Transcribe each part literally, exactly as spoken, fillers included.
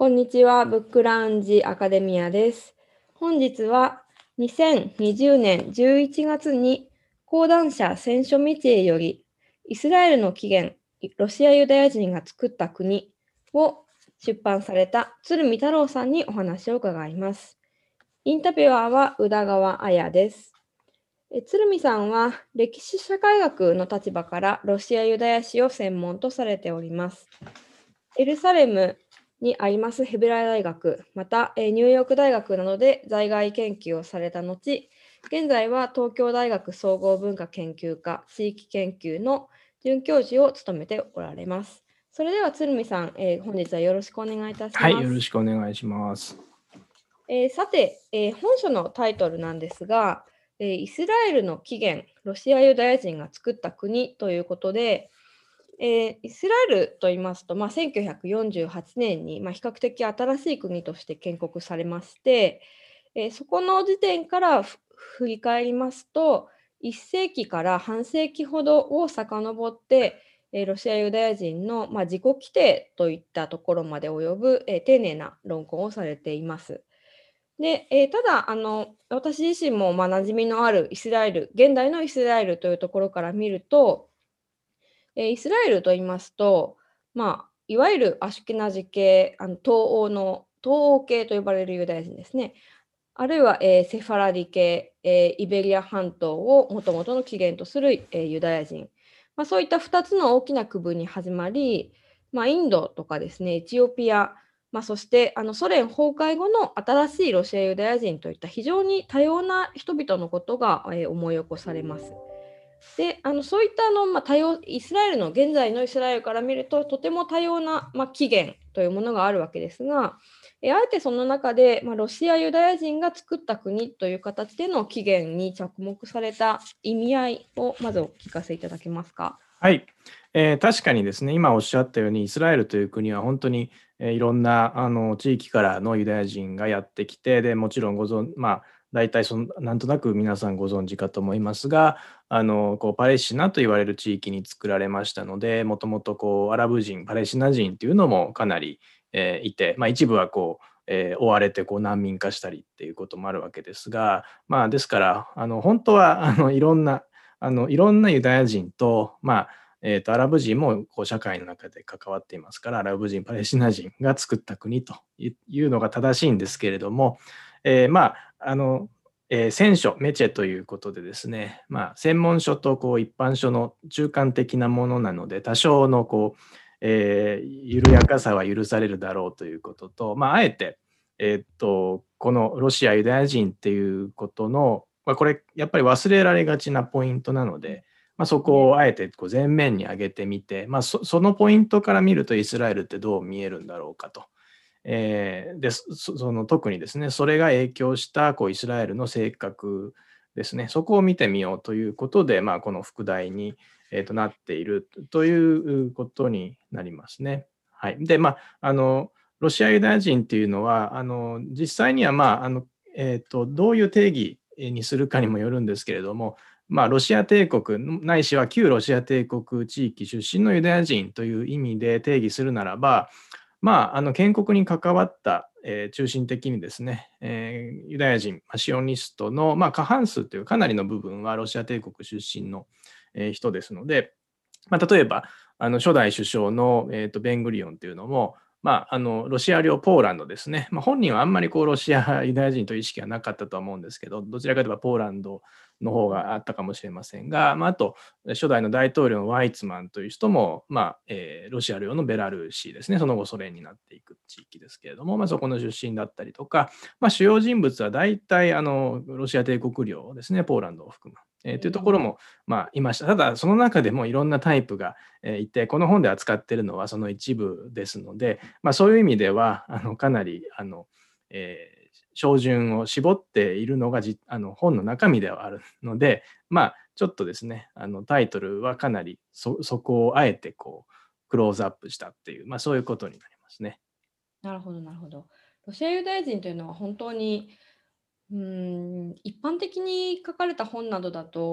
こんにちは、ブックラウンジアカデミアです。本日はにせんにじゅうねんじゅういちがつに講談社選書道へより、イスラエルの起源、ロシアユダヤ人が作った国を出版された鶴見太郎さんにお話を伺います。インタビュアーは宇田川彩です。え鶴見さんは歴史社会学の立場からロシアユダヤ史を専門とされております。エルサレムにありますヘブライ大学、またえーニューヨーク大学などで在外研究をされた後、現在は東京大学総合文化研究科地域研究の准教授を務めておられます。それでは鶴見さん、えー本日はよろしくお願いいたしはい、よろます。 しくお願いします。 えーさて、えー本書のタイトルなんですが、えーイスラエルの起源、ロシアユダヤ人が作った国ということで、えーイスラエルと言いますと、まあ、せんきゅうひゃくよんじゅうはちねんに、まあ、比較的新しい国として建国されまして、えーそこの時点からふ振り返りますと、いっ世紀から半世紀ほどを遡って、えーロシアユダヤ人の、まあ、自己規定といったところまで及ぶ、えー丁寧な論考をされています。で、えーただあの、私自身もまあ馴染みのあるイスラエル、現代のイスラエルというところから見ると、えーイスラエルと言いますと、まあ、いわゆるアシュケナジ系、あの東欧の東欧系と呼ばれるユダヤ人ですね。あるいは、えーセファラディ系、えーイベリア半島をもともとの起源とする、えーユダヤ人。まあ、そういったふたつの大きな区分に始まり、まあ、インドとかですね、エチオピア、まあ、そしてあのソ連崩壊後の新しいロシアユダヤ人といった非常に多様な人々のことが、えー思い起こされます。で、あのそういったあの、まあ、多様イスラエルの現在のイスラエルから見るととても多様な、まあ、起源というものがあるわけですが、えあえてその中で、まあ、ロシアユダヤ人が作った国という形での起源に着目された意味合いをまずお聞かせいただけますか。 はい、えー確かにですね、今おっしゃったように、イスラエルという国は本当に、えーいろんなあの地域からのユダヤ人がやってきて、でもちろんご存、まあ、大体そのなんとなく皆さんご存知かと思いますが、あのこうパレスチナと言われる地域に作られましたので、もともとこうアラブ人、パレスチナ人というのもかなり、えーいて、まあ、一部はこう、えー追われてこう難民化したりっていうこともあるわけですが、まあ、ですからあの本当はあのいろんなあのいろんなユダヤ人と、まあえー、とアラブ人もこう社会の中で関わっていますから、アラブ人、パレスチナ人が作った国というのが正しいんですけれども、えー、まああの、えー、選書メチェということでですね、まあ、専門書とこう一般書の中間的なものなので、多少のこう、えー、緩やかさは許されるだろうということと、まあ、あえて、えー、っとこのロシアユダヤ人っていうことの、まあ、これやっぱり忘れられがちなポイントなので、まあ、そこをあえてこう前面に上げてみて、まあ、そそのポイントから見るとイスラエルってどう見えるんだろうかと。えーでそその特にですね、それが影響したこうイスラエルの性格ですね、そこを見てみようということで、まあ、この副題に、えーとなっているということになりますね。はい、で、まあ、あのロシアユダヤ人っていうのは、あの実際には、まああのえーと、どういう定義にするかにもよるんですけれども、まあ、ロシア帝国ないしは旧ロシア帝国地域出身のユダヤ人という意味で定義するならば、まあ、あの建国に関わった、えー中心的にですね、えーユダヤ人、シオニストの、まあ、過半数というかなりの部分はロシア帝国出身の、えー人ですので、まあ、例えばあの初代首相の、えーとベングリオンというのも、まあ、あのロシア領ポーランドですね、まあ、本人はあんまりこうロシアユダヤ人という意識はなかったとは思うんですけど、どちらかといえばポーランドの方があったかもしれませんが、まあ、あと初代の大統領のワイツマンという人も、まあえーロシア領のベラルーシですね、その後ソ連になっていく地域ですけれども、まあ、そこの出身だったりとか、まあ、主要人物は大体あのロシア帝国領ですね、ポーランドを含む、えーというところも、まあ、いました。ただその中でもいろんなタイプがえーいて、この本で扱っているのはその一部ですので、まあ、そういう意味ではあのかなりあの、えー照準を絞っているのがじあの本の中身ではあるので、まあ、ちょっとですね、あのタイトルはかなり そ, そこをあえてこうクローズアップしたっていう、まあ、そういうことになりますね。 なるほど、なるほど。ロシアユダヤ人というのは本当にうーん一般的に書かれた本などだと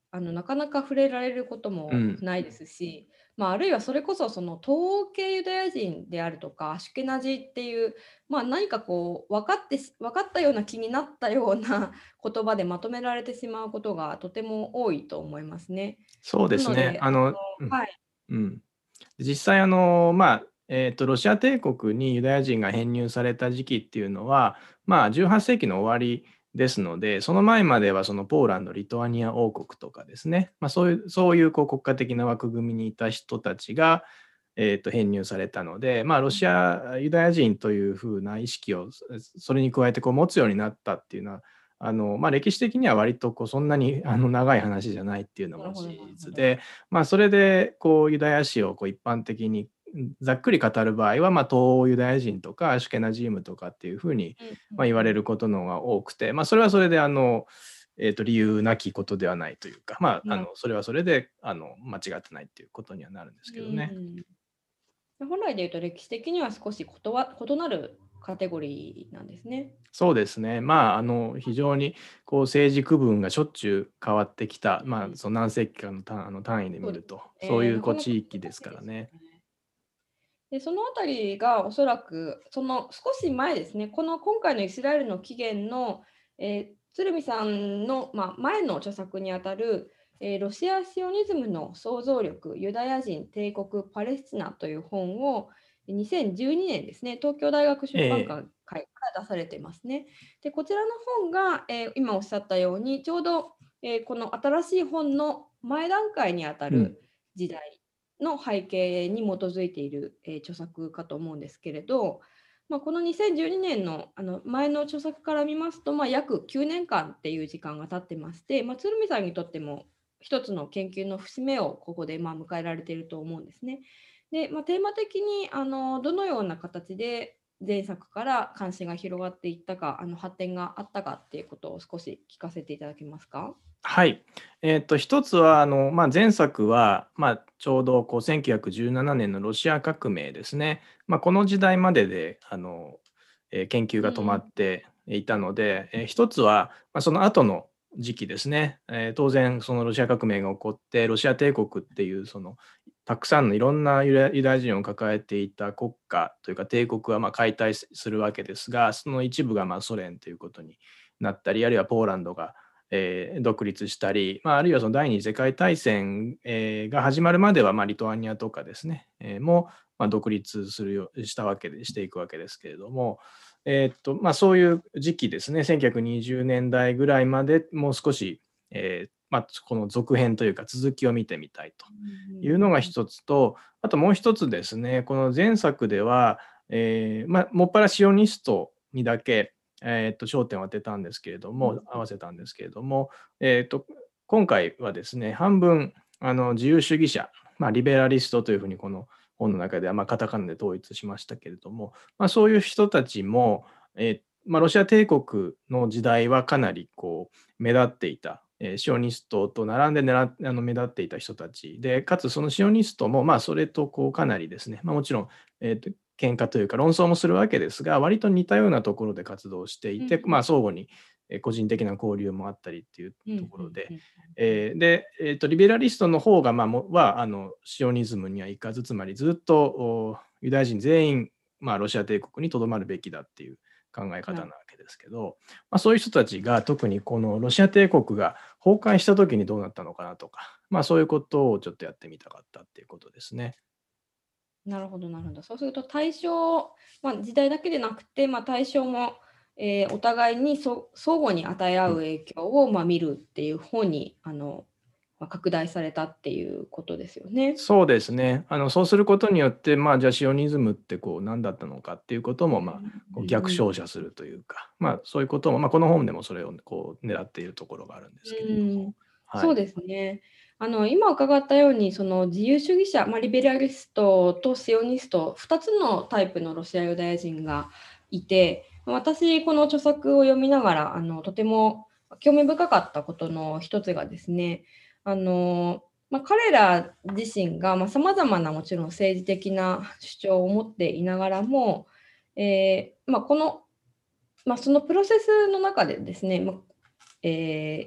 あのなかなか触れられることうもん。 ないですし、まあ、あるいはそれこそその東欧系ユダヤ人であるとかアシュケナジっていう、まあ、何かこう分かってし分かったような気になったような言葉でまとめられてしまうことがとても多いと思いますね。 そうですね。 なので、あのあの、うん。 はい。 うん。実際あの、まあ、えっと、ロシア帝国にユダヤ人が編入された時期っていうのは、まあ、じゅうはっ世紀の終わりですので、その前まではそのポーランド、リトアニア王国とかですね、まあ、そういうそういうこう国家的な枠組みにいた人たちが、えっと、編入されたので、まあ、ロシア、ユダヤ人というふうな意識をそそれに加えてこう持つようになったっていうのは、あのまあ、歴史的には割とこうそんなにあの長い話じゃないっていうのもなるほどな事るほど。 実で、まあ、それでこうユダヤ史をこう一般的にうんざっくり語る場合は、まあ、東欧ユダヤ人とかアシュケナジームとかっていうふうに、 うんうまあ、言われんうん。 ることの方が多くて、まあ、それはそれであの、えー、と理由なきことではないというか、まあ、あなるのそれはそれであの間違ってないっていうことにはなるんですうけどね。 ん。本来で言うと歴史的には少しことわ異なるカテゴリーなんですね。 そうですね。まあ、あの非常にこう政治区分がしょっちゅう変わってきた、まあ、 うん。 その何世紀かの単あの単位でそうです見ると、そうね。 いうこうなかなか地域です難しいですよからね。 ね。で、そのあたりがおそらく、その少し前ですね、この今回のイスラエルの起源の、えー鶴見さんの、まあ、前の著作にあたる、えーロシアシオニズムの想像力、ユダヤ人、帝国、パレスチナという本をにせんじゅうにねんですね、東京大学出版ええ会から出されてますね。で、こちらの本が、えー今おっしゃったように、ちょうど、えーこの新しい本の前段階にあたうん。 る時代の背景に基づいている、えー著作かと思うんですけれど、まあ、このにせんじゅうにねんの、あの前の著作から見ますと、まあ、約きゅうねんかんっていう時間が経ってまして、まあ、鶴見さんにとっても一つの研究の節目をここでまあ迎えられていると思うんですね。で、まあ、テーマ的にあのどのような形で前作から関心が広がっていったか、あの発展があったかっていうことを少し聞かせていただけますか？ はい。えっと、一つは、あの、まあ、前作は、まあ、ちょうどこうせんきゅうひゃくじゅうななねんのロシア革命ですね。まあ、この時代までで、あの、えー研究が止まうん。 っていたので、えー一つは、まあ、その後の時期ですね。えー当然、そのロシア革命が起こって、ロシア帝国っていう、その、たくさんのいろんなユダユダヤ人を抱えていた国家というか帝国はまあ解体するわけですが、その一部がまあソ連ということになったり、あるいはポーランドがえー独立したり、まあ、あるいはその第二次世界大戦、えーが始まるまでは、まあ、リトアニアとかですね、えーも、まあ、独立するよしたわけでしていくわけですけれども、えーっとまあ、そういう時期ですね、せんきゅうひゃくにじゅうねんだいぐらいまでもう少し、えーまあ、この続編というか続きを見てみたいというのが一つと、あともう一つですね、この前作では、えーまあ、もっぱらシオニストにだけ、えー、と焦点を当てたんですけれども、合わせたんですけれども、えー、と今回はですね、半分あの自由主義者、まあ、リベラリストというふうにこの本の中では、まあ、カタカナで統一しましたけれども、まあ、そういう人たちも、えーまあ、ロシア帝国の時代はかなりこう目立っていた、えーシオニストと並んで狙っあの目立っていた人たちで、かつそのシオニストも、まあ、それとこうかなりですね、まあ、もちろん、えーと喧嘩というか論争もするわけですが、割と似たようなところで活動していて、まあ、相互に個人的な交流もあったりっていうところで、えーで、えーと、リベラリストの方が、まあ、もはあのシオニズムにはいかず、つまりずっとユダヤ人全員、まあ、ロシア帝国にとどまるべきだっていう考え方なわけですけど、まあ、そういう人たちが特にこのロシア帝国が崩壊した時にどうなったのかなとか、まあ、そういうことをちょっとやってみたかったっていうことですね。 なるほど、なるほど。そうすると対象、まあ、時代だけでなくて、まあ、対象も、えーお互いにそ相互に与え合ううん影響を、まあ、見るっていう方にあの、まあ、拡大されたっていうことですよね。 そうですね。あのそうすることによって、まあ、じゃあシオニズムってこう何だったのかっていうことも、まあ、こう逆照射するというか、まあ、そういうことも、まあ、この本でもそれをこう狙っているところがあるんですけれども。 うん、 はい。 そうですね。あの今伺ったように、その自由主義者、まあ、リベラリストとシオニスト、ふたつのタイプのロシアユダヤ人がいて、私、この著作を読みながら、あのとても興味深かったことの一つがですね、あのまあ、彼ら自身がさまざ、まなもちろん政治的な主張を持っていながらも、えーまあ、この、まあ、そのプロセスの中でですね、まあえー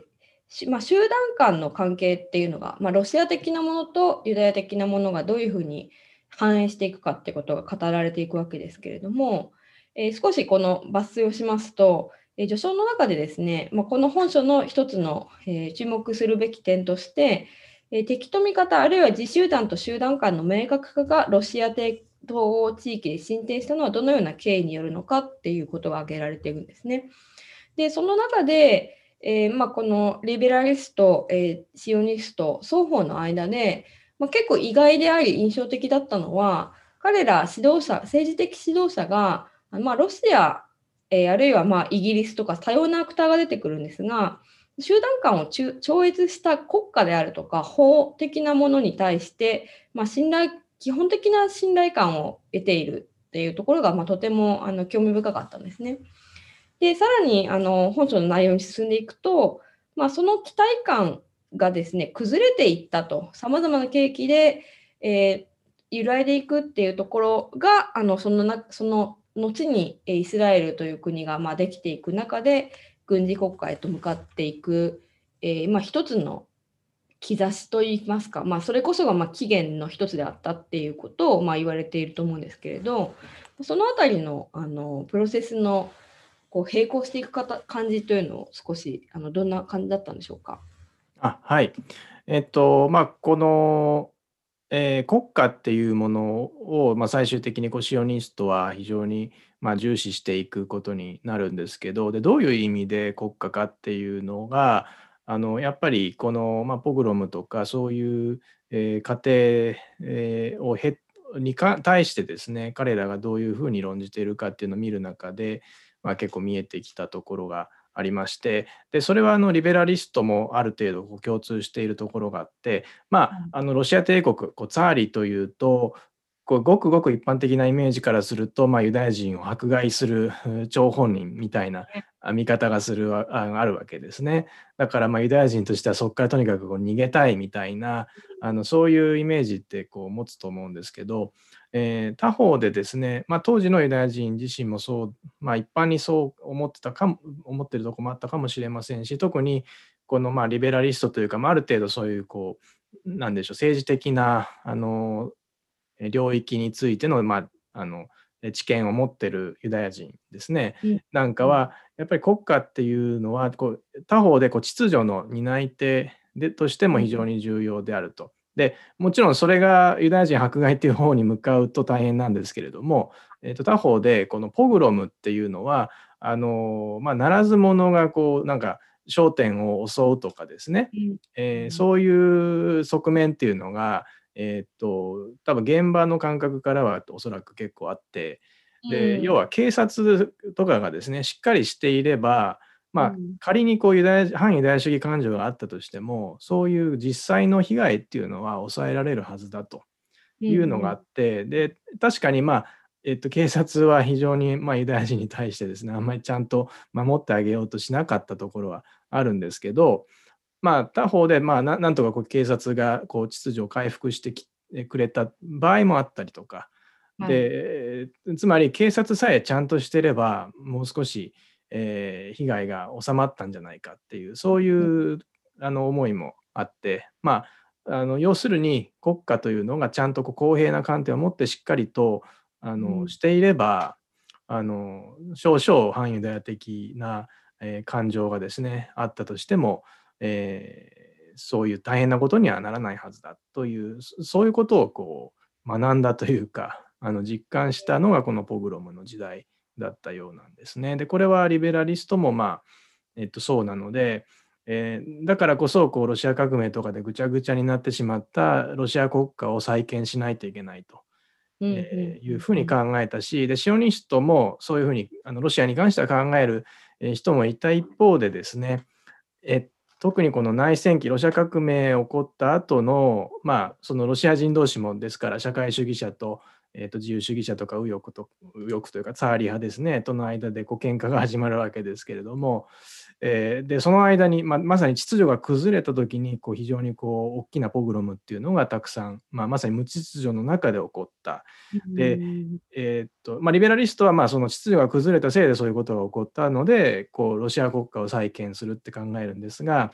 まあ、集団間の関係っていうのが、まあ、ロシア的なものとユダヤ的なものがどういうふうに反映していくかってことが語られていくわけですけれども、えー、少しこの抜粋をしますと、えー、序章の中でですね、まあ、この本書の一つの、えー、注目するべき点として、えー、敵と味方あるいは自集団と集団間の明確化がロシア帝東欧地域で進展したのはどのような経緯によるのかっていうことが挙げられているんですね。でその中で、えーまあ、このリベラリスト、えー、シオニスト双方の間で、まあ、結構意外であり印象的だったのは、彼ら指導者政治的指導者が、まあ、ロシア、えー、あるいはまあイギリスとか多様なアクターが出てくるんですが、集団間を超越した国家であるとか法的なものに対して、まあ、信頼基本的な信頼感を得ているっていうところが、まあ、とてもあの興味深かったんですね。でさらにあの本書の内容に進んでいくと、まあ、その期待感がですね崩れていったと、さまざまな契機で、えー、揺らいでいくっていうところがあのそのなその後にイスラエルという国がまあできていく中で軍事国家へと向かっていく、えーまあ、一つの兆しといいますか、まあ、それこそがまあ起源の一つであったっていうことをまあ言われていると思うんですけれど、そのあたりのあのプロセスのこう並行していく方感じというのを少しあのどんな感じだったんでしょうか。 あはい。えっとまあこの、えー国家っていうものを、まあ、最終的にこうシオニストは非常にまあ重視していくことになるんですけど、でどういう意味で国家かっていうのがあのやっぱりこの、まあ、ポグロムとかそういう、えー過程、えーをへにか対してですね、彼らがどういうふうに論じているかっていうのを見る中で、まあ、結構見えてきたところがありまして、でそれはあのリベラリストもある程度こう共通しているところがあって、まあ、あのロシア帝国こうツァーリというとこうごくごく一般的なイメージからすると、まあ、ユダヤ人を迫害する張本人みたいな見方がするああるわけですね。だからまあユダヤ人としてはそこからとにかくこう逃げたいみたいなあのそういうイメージってこう持つと思うんですけど、えー他方でですね、まあ、当時のユダヤ人自身もそう、まあ、一般にそう思ってたかも思ってるとこもあったかもしれませんし、特にこのまあリベラリストというか、まあ、ある程度そういうこうなんでしょう、政治的なあの領域についての、まあ、あの知見を持ってるユダヤ人ですね、 うん、 なんかはやっぱり国家っていうのはこう他方でこう秩序の担い手でとしても非常に重要であると。でもちろんそれがユダヤ人迫害っていう方に向かうと大変なんですけれども、えー、と他方でこのポグロムっていうのはあの、まあ、ならず者がこうなんか商店を襲うとかですね、えーそういう側面っていうのがえーっと多分現場の感覚からはおそらく結構あって、で要は警察とかがですねしっかりしていれば、まあ、仮にこうユダヤ反ユダヤ主義感情があったとしてもそういう実際の被害っていうのは抑えられるはずだというのがあって、で確かにまあえっと、警察は非常に、まあ、ユダヤ人に対してですねあんまりちゃんと守ってあげようとしなかったところはあるんですけど、まあ、他方で、まあ、ななんとかこう警察がこう秩序を回復してきてくれた場合もあったりとかで、つまり警察さえちゃんとしてればもう少し、えー被害が収まったんじゃないかっていうそういうあの思いもあって、まあ、あの要するに国家というのがちゃんとこう公平な観点を持ってしっかりとあのしていればあの少々反ユダヤ的な、えー感情がですねあったとしても、えーそういう大変なことにはならないはずだというそそういうことをこう学んだというかあの実感したのがこのポグロムの時代だったようなんですね。でこれはリベラリストもまあ、えっと、そうなので、えーだからこそこうロシア革命とかでぐちゃぐちゃになってしまったロシア国家を再建しないといけないと。えーいうふうに考えたし、でシオニストもそういうふうにあのロシアに関しては考えるえー人もいた一方でですね、え特にこの内戦期ロシア革命起こった後のまあそのロシア人同士もですから社会主義者と,、えー、と自由主義者とか右翼と右翼というかツァーリ派ですねとの間でこう喧嘩が始まるわけですけれども、えーでその間に、まあ、まさに秩序が崩れた時にこう非常にこう大きなポグロムっていうのがたくさん、まあ、まさに無秩序の中で起こった。でえーっとまあ、リベラリストはまあその秩序が崩れたせいでそういうことが起こったのでこうロシア国家を再建するって考えるんですが、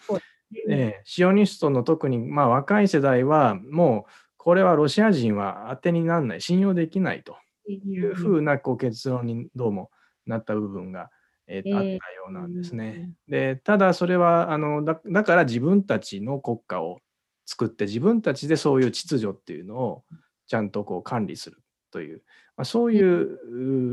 うん。 えーシオニストの特に、まあ、若い世代はもうこれはロシア人は当てにならない、信用できないとうんいううんうん。 ふうなこう結論にどうもなった部分が、えーとあったうんようなんでうんすね。 うん。 で、ただそれはあのだだから自分たちの国家を作って自分たちでそういう秩序っていうのをちゃんとこう管理するという、まあ、そううん、 いう、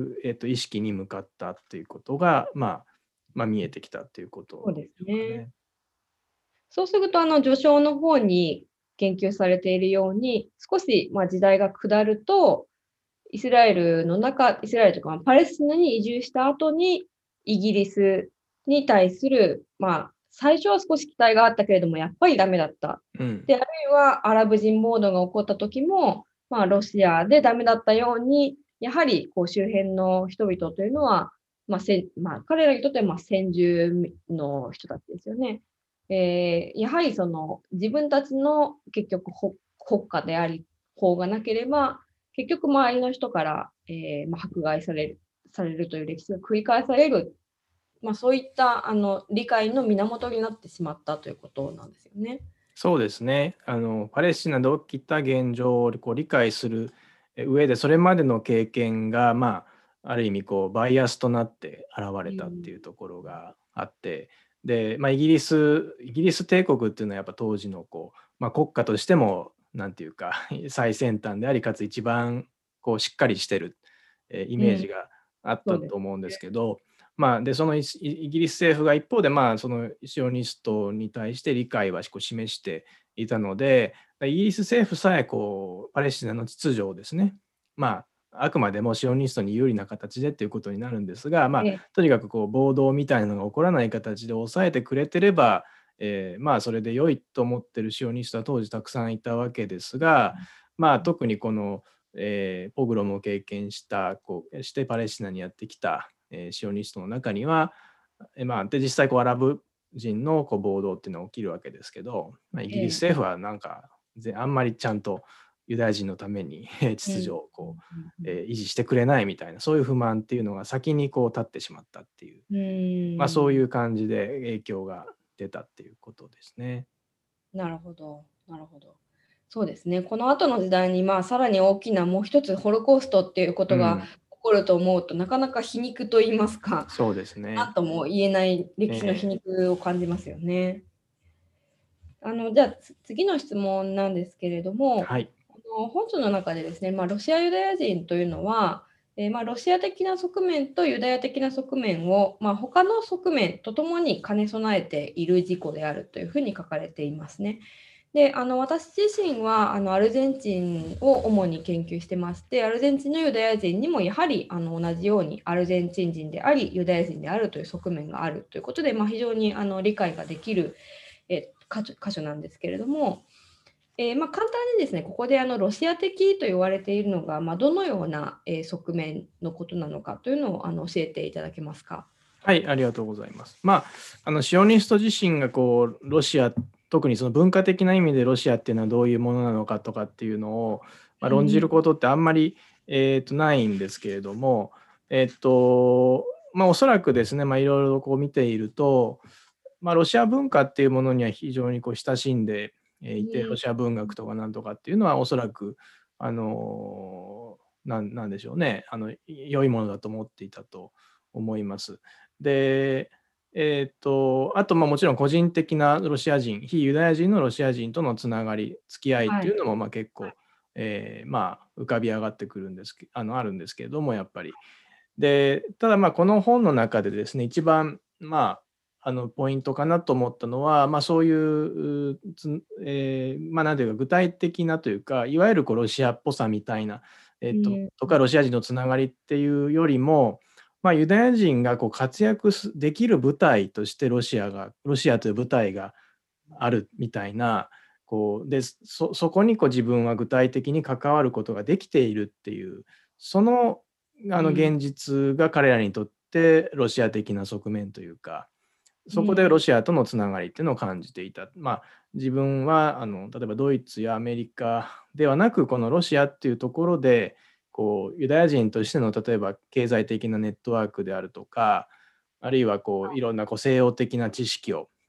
うえーと意識に向かったっていうことが、まあ、まあ見えてきたっていうことそうですでしょうかね。 ね。 そうすると、あの、序章の方に言及されているように、少し、まあ、時代が下ると、イスラエルの中イスラエルというか、まパレスチナに移住した後に、イギリスに対する、まあ、最初は少し期待があったけれども、やっぱりダメだった。 うん、 で、あるいはアラブ人モードが起こった時も、まあ、ロシアでダメだったように、やはりこう周辺の人々というのは、まあ、せまあ、彼らにとってはまあ先住の人たちですよね。えーやはりその自分たちの結局ほ国家であり、法がなければ、結局周りの人から、えーまあ、迫害されるされるという歴史が繰り返される、まあ、そういったあの理解の源になってしまったということなんですよね。 そうですね。あのパレスチナで起きた現状をこう理解する上で、それまでの経験が、まあ、ある意味こうバイアスとなって現れたっていうところがあって、で、まあ、イギリスイギリス帝国っていうのはやっぱ当時のこう、まあ、国家としてもなんていうか最先端であり、かつ一番こうしっかりしてる、えーイうん、 メージがあったそうですと思うんですね。 けど、まあ、でそのイイギリス政府が一方で、まあ、そのシオニストに対して理解はこう示していたので、イギリス政府さえこうパレスチナの秩序をですね、まあ、あくまでもシオニストに有利な形でということになるんですが、まあ、 ええ、 とにかくこう暴動みたいなのが起こらない形で抑えてくれてれば、えーまあ、それで良いと思ってるシオニストは当時たくさんいたわけですが、まあ、特にこの、えーポグロムを経験したこうしてパレスチナにやってきた、えーシオニストの中には、えーまあ、で実際こうアラブ人のこう暴動っていうのが起きるわけですけど、まあ、イギリスええ、 政府はなんかぜあんまりちゃんとユダヤ人のためにえーうん、 秩序をこう、 うんうんえー維持してくれないみたいな、そういう不満っていうのが先にこう立ってしまったっていう、 うん。うまあ、そうーん、 いう感じで影響が出たっていうことですね。 なるほど、なるほど。そうですね。この後の時代に、まあ、さらに大きなもう一つホロコーストっていうことがうん、 起こると思うと、なかなか皮肉と言いますか、 そうですね。 なんとも言えない歴史の皮えー肉を感じますよね。あの、じゃあ、つ次の質問なんですけれども、 はい。 あの、本書の中でですね、まあ、ロシアユダヤ人というのは、え、まあ、ロシア的な側面とユダヤ的な側面を、まあ、他の側面とともに兼ね備えている自己であるというふうに書かれていますね。で、あの、私自身は、あの、アルゼンチンを主に研究してまして、アルゼンチンのユダヤ人にもやはり、あの、同じようにアルゼンチン人であり、ユダヤ人であるという側面があるということで、まあ、非常に、あの、理解ができる、え、箇所箇所なんですけれども、えーまあ、簡単にですね、ここであのロシア的と言われているのが、まあ、どのような、えー側面のことなのかというのをあの教えていただけますか。 はい、ありがとうございます。まあ、あのシオニスト自身がこうロシア、特にその文化的な意味でロシアっていうのはどういうものなのかとかっていうのを、まあ、論じることってあんまり、えーとないんですけれども、えっとまあ、おそらくですね、まあ、いろいろこう見ていると、まあ、ロシア文化っていうものには非常にこう親しんでいて、ロシア文学とかなんとかっていうのはおそらくあのなんなんでしょうね、あの良いものだと思っていたと思います。で、えーと、あとまあもちろん個人的なロシア人、非ユダヤ人のロシア人とのつながり、付き合いっていうはい。 のもまあ結構、えーまあ浮かび上がってくるんですけあのあるんですけれども、やっぱり。で、ただまあこの本の中でですね、一番まああのポイントかなと思ったのは、まあ、そういうつ、えーまあ、なんていうか具体的なというか、いわゆるこうロシアっぽさみたいな、えっと、 うん、 とかロシア人のつながりっていうよりも、まあ、ユダヤ人がこう活躍すできる舞台としてロシアがロシアという舞台があるみたいな、こうでそそこにこう自分は具体的に関わることができているっていう、そのあのうん、 現実が彼らにとってロシア的な側面というか、そこでうん、 ロシアとのつながりっていうのを感じていた。まあ、自分はあの例えばドイツやアメリカではなく、このロシアっていうところでこうユダヤ人としての例えば経済的なネットワークであるとか、あるいはこういろんなこう西洋的な知識を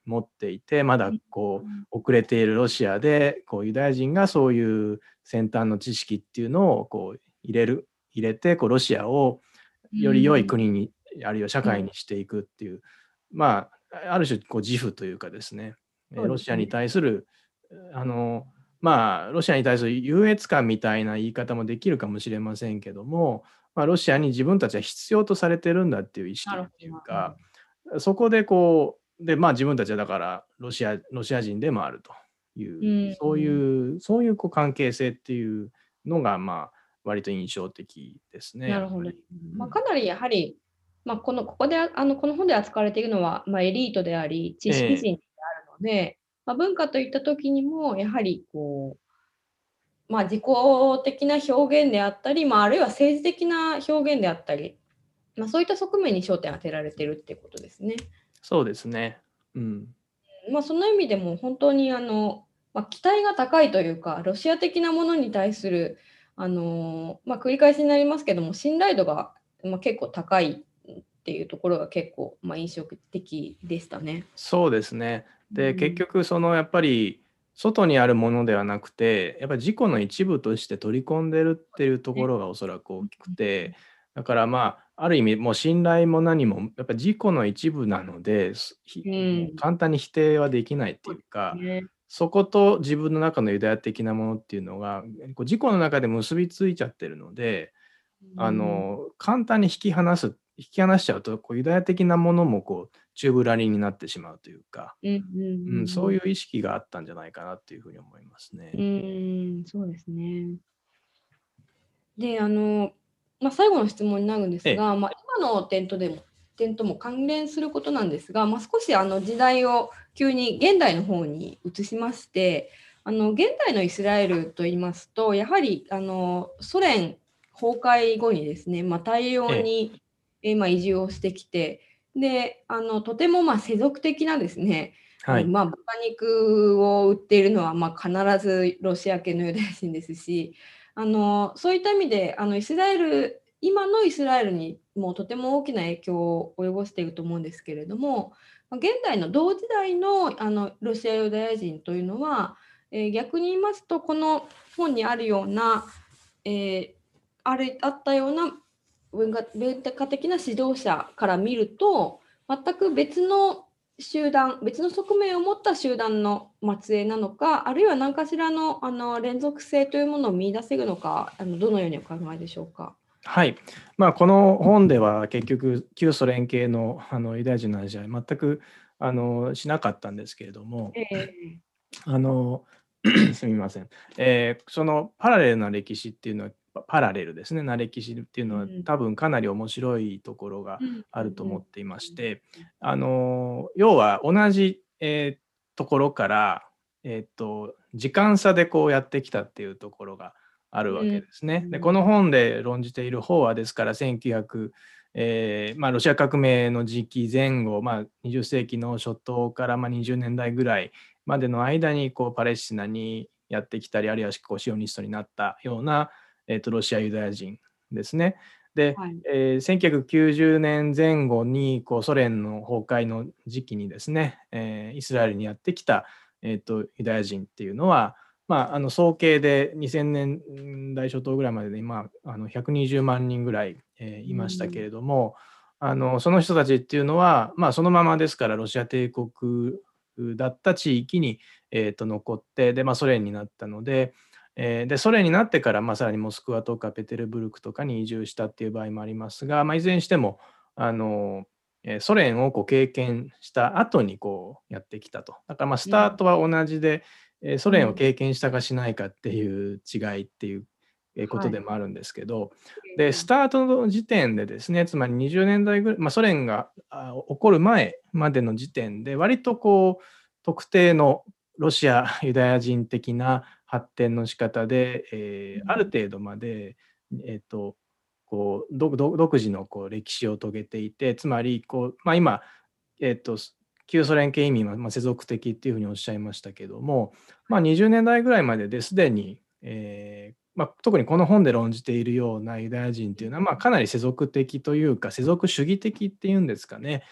持っていて、まだこう遅れているロシアでこうユダヤ人がそういう先端の知識っていうのをこう入れる入れてこうロシアをより良い国にあるいは社会にしていくっていう、まあある種こう自負というかですね、ロシアに対するあのまあロシアに対する優越感みたいな言い方もできるかもしれませんけども、まあ、ロシアに自分たちは必要とされてるんだっていう意識っていうか、そこでこうでまあ自分たちはだからロシアロシア人でもあるという、そういうそういうこう関係性っていうのがまあ割と印象的ですね。 なるほど。まあ、かなりやはり、まあ、このここであのこの本で扱われているのは、まあ、エリートであり知識人であるので、まあ、文化といった時にもやはりこう、まあ、自己的な表現であったり、まあ、あるいは政治的な表現であったり、まあ、そういった側面に焦点を当てられているっていうことですね。 そうですね。うん。 まあ、その意味でも本当にあの、まあ、期待が高いというか、ロシア的なものに対するあの、まあ、繰り返しになりますけども、信頼度が、まあ、結構高いっていうところが結構、まあ、印象的でしたね。 そうですね。で、 うん、 結局そのやっぱり外にあるものではなくて、やっぱり自己の一部として取り込んでるっていうところがおそらく大きくて、だからまあある意味もう信頼も何もやっぱり自己の一部なので、すひうもうん、 簡単に否定はできないっていうか、 ね、 そこと自分の中のユダヤ的なものっていうのがこう自己の中で結びついちゃってるので、あの簡単に引き離す引き離しちゃうとこうユダヤ的なものもこう宙ぶらりんになってしまうというか、 うんうんうん、そうんういう意識があったんじゃないかなっていうふうに思いますね。 うん、うん、そうですね。で、あの、まあ、最後の質問になるんでええ、 すが、まあ、今の点とでも点とも関連することなんですが、まあ、少しあの時代を急に現代の方に移しまして、あの現代のイスラエルといいますと、やはりあのソ連崩壊後にですね、まあ、大量ええ、 に、えまあ、移住をしてきて、で、あのとてもまあ世俗的なですね、 はい、 まあ、豚肉を売っているのはまあ必ずロシア系のユダヤ人ですし、あのそういった意味であのイスラエル今のイスラエルにもとても大きな影響を及ぼしていると思うんですけれども、現代の同時代のあのロシアユダヤ人というのは、えー逆に言いますとこの本にあるような、えーあれあったような文化文化的な指導者から見ると全く別の集団別の側面を持った集団の末裔なのか、あるいは何かしらのあの連続性というものを見出せるのか、あのどのようにお考えでしょうか。 はい。まあ、この本では結局旧ソ連系のあのユダヤ人の話は全くあのしなかったんですけれども、 ええあのすみません、えーそのパラレルな歴史っていうのはパパラレルですねな歴史っていうのはうん多分かなり面白いところがうんあるとうんうん思っていまして、あの要は同じ、えーところから、えーと時間差でこうやってきたっていうところがあるわけですね。でこの本で論じている方はですからせんきゅうひゃく、えーまあ、ロシア革命の時期前後、まあ、にじゅっ世紀の初頭からまあにじゅうねんだいぐらいまでの間にこうパレスチナにやってきたりあるいはこうシオニストになったような、えー、とロシアユダヤ人ですね。で、 はいえーせんきゅうひゃくきゅうじゅうねんぜん後にこうソ連の崩壊の時期にですね、えーイスラエルにやってきた、えー、とユダヤ人っていうのは、まあ、あの総計でにせんねんだい初頭ぐらいまでで今あのひゃくにじゅうまん人ぐらい、えーいましたけれども、あのその人たちっていうのは、まあ、そのままですからロシア帝国だった地域に、えー、と残ってで、まあ、ソ連になったので、えーでソ連になってから、まあ、さらにモスクワとかペテルブルクとかに移住したっていう場合もありますが、まあ、いずれにしてもあの、えーソ連をこう経験した後にこうやってきたと。だからまあスタートは同じで、えーソ連を経験したかしないかっていう違いっていうえーことでもあるんですけど、で、スタートの時点でですね、つまりにじゅうねんだいぐらい、まあ、ソ連があ起こる前までの時点で、割とこう、特定のロシアユダヤ人的な発展の仕方で、えーある程度まで、えーとこう独独独自のこう歴史を遂げていて、つまりこう、まあ、今、えーと旧ソ連系移民はまあ世俗的っていうふうにおっしゃいましたけども、まあ、にじゅうねんだいぐらいまでですでに、えーまあ、特にこの本で論じているようなユダヤ人っていうのは、まあ、かなり世俗的というか世俗主義的っていうんですかね、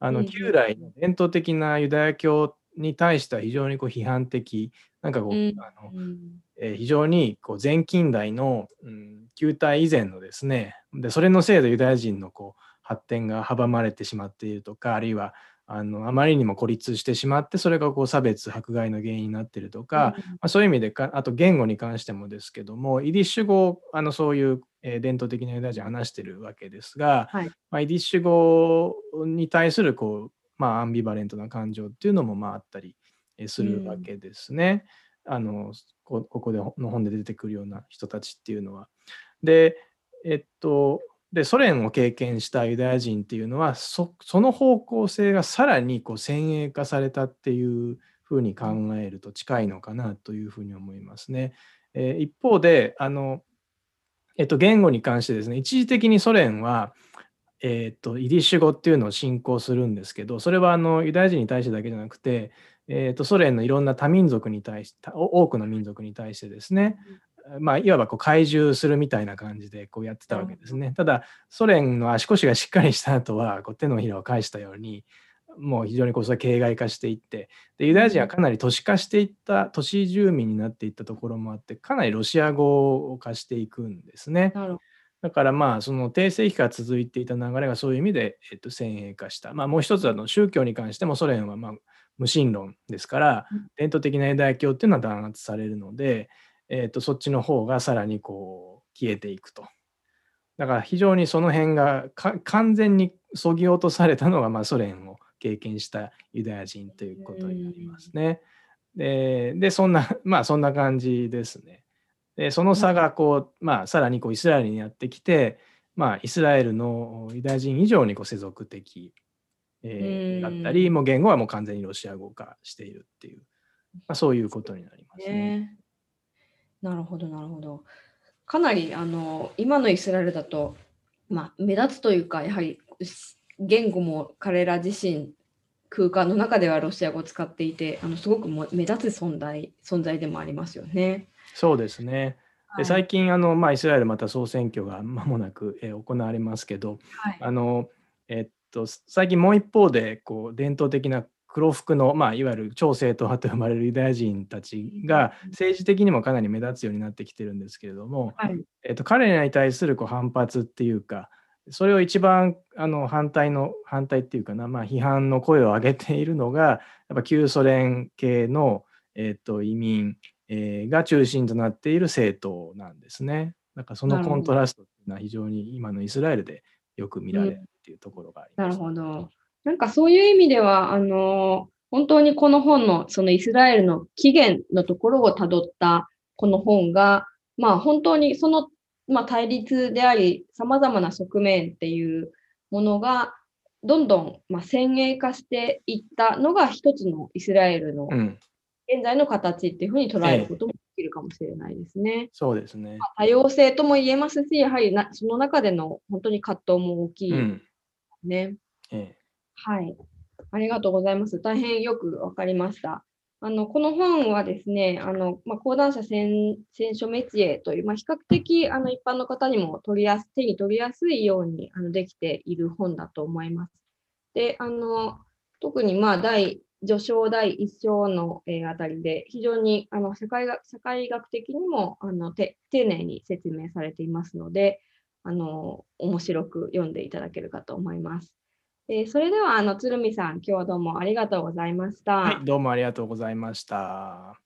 あのうん旧来の伝統的なユダヤ教に対しては非常にこう批判的、なんかこう、 うんあのうんえー非常にこう前近代の、うん、旧体以前のですね、でそれのせいでユダヤ人のこう発展が阻まれてしまっているとか、あるいはあのあまりにも孤立してしまって、それがこう差別迫害の原因になっているとか、 うんまあ、そういう意味でか、あと言語に関してもですけども、イディッシュ語をあのそういう、えー伝統的なユダヤ人は話しているわけですが、 はい。 まあ、イディッシュ語に対するこう、まあ、アンビバレントな感情っていうのもまああったりえーするわけですね。あのこここでの本で出てくるような人たちっていうのは。で、えっと、でソ連を経験したユダヤ人っていうのはそその方向性がさらにこう先鋭化されたっていうふうに考えると近いのかなというふうに思いますね。えー一方であの、えっと、言語に関してですね、一時的にソ連はえーと、イディッシュ語っていうのを信仰するんですけど、それはあのユダヤ人に対してだけじゃなくて、えーと、ソ連のいろんな多民族に対して、お多くの民族に対してですね、まあ、いわばこう懐柔するみたいな感じでこうやってたなるほど。 わけですね。ただ、ソ連の足腰がしっかりした後は、こう手のひらを返したように、もう非常にこうそれ形骸化していって、でユダヤ人はかなり都市化していった、都市住民になっていったところもあって、かなりロシア語を化していくんですね。 なるほだからまあその帝政期から続いていた流れがそういう意味で、えっと、先鋭化した。まあ、もう一つあの宗教に関してもソ連はまあ無神論ですからど。 伝統的なユダヤ教っていうのは弾圧されるので、えっと、そっちの方がさらにこう消えていくと。だから非常にその辺がか完全に削ぎ落とされたのがまあソ連を経験したユダヤ人ということになりますね。で、でそんなまあそんな感じですね。で、その差がこう、まあ、さらにこうイスラエルにやってきて、まあ、イスラエルのユダヤ人以上にこう世俗的、 うえーだったり、 ん。 もう言語はもう完全にロシア語化しているっていう、まあ、そういうことになりますね。 ね。なるほど、なるほど。かなりあの今のイスラエルだと、まあ、目立つというか、やはりし言語も彼ら自身、空間の中ではロシア語を使っていて、あのすごくも目立つ存在存在でもありますよね。 そうですね。で、 はい。 最近あの、まあ、イスラエルまた総選挙が間もなく、えー行われますけど、 はい。 あの、えっと、最近もう一方でこう伝統的な黒服の、まあ、いわゆる超正統派と呼ばれるユダヤ人たちが政治的にもかなり目立つようになってきてるんですけれども、 はい。 えっと、彼らに対するこう反発っていうか、それを一番あの反対の反対っていうかな、まあ、批判の声を上げているのがやっぱ旧ソ連系の、えっと、移民えーが中心となっている政党なんですね。だからそのなるほど。 コントラストっていうのは非常に今のイスラエルでよく見られるうん。 っていうところがありなるます。 ほど。なんかそういう意味では、あの、本当にこの本のそのイスラエルの起源のところをたどったこの本が、まあ本当にその、まあ、対立であり、様々な側面っていうものが、どんどん、まあ、先鋭化していったのが一つのイスラエルのうん。 現在の形っていうふうに捉ええ、 えることもできるかもしれないですね。 そうですね。 多様性とも言えますし、やはりなその中での本当に葛藤も大きいうん。 ね。 ええ。 はい。ありがとうございます。大変よくわかりました。あの、この本はですね、あの、まあ、講談社選選書メチエという、まあ、比較的あの一般の方にも取りやす手に取りやすいようにあのできている本だと思います。で、あの、特にまあ第序章第一章の、えーあたりで非常にあの社会学社会学的にもあのて丁寧に説明されていますので、あの面白く読んでいただけるかと思います。えーそれでは、あの、鶴見さん、今日はどうもありがとうございましはい、 た。 どうもありがとうございました。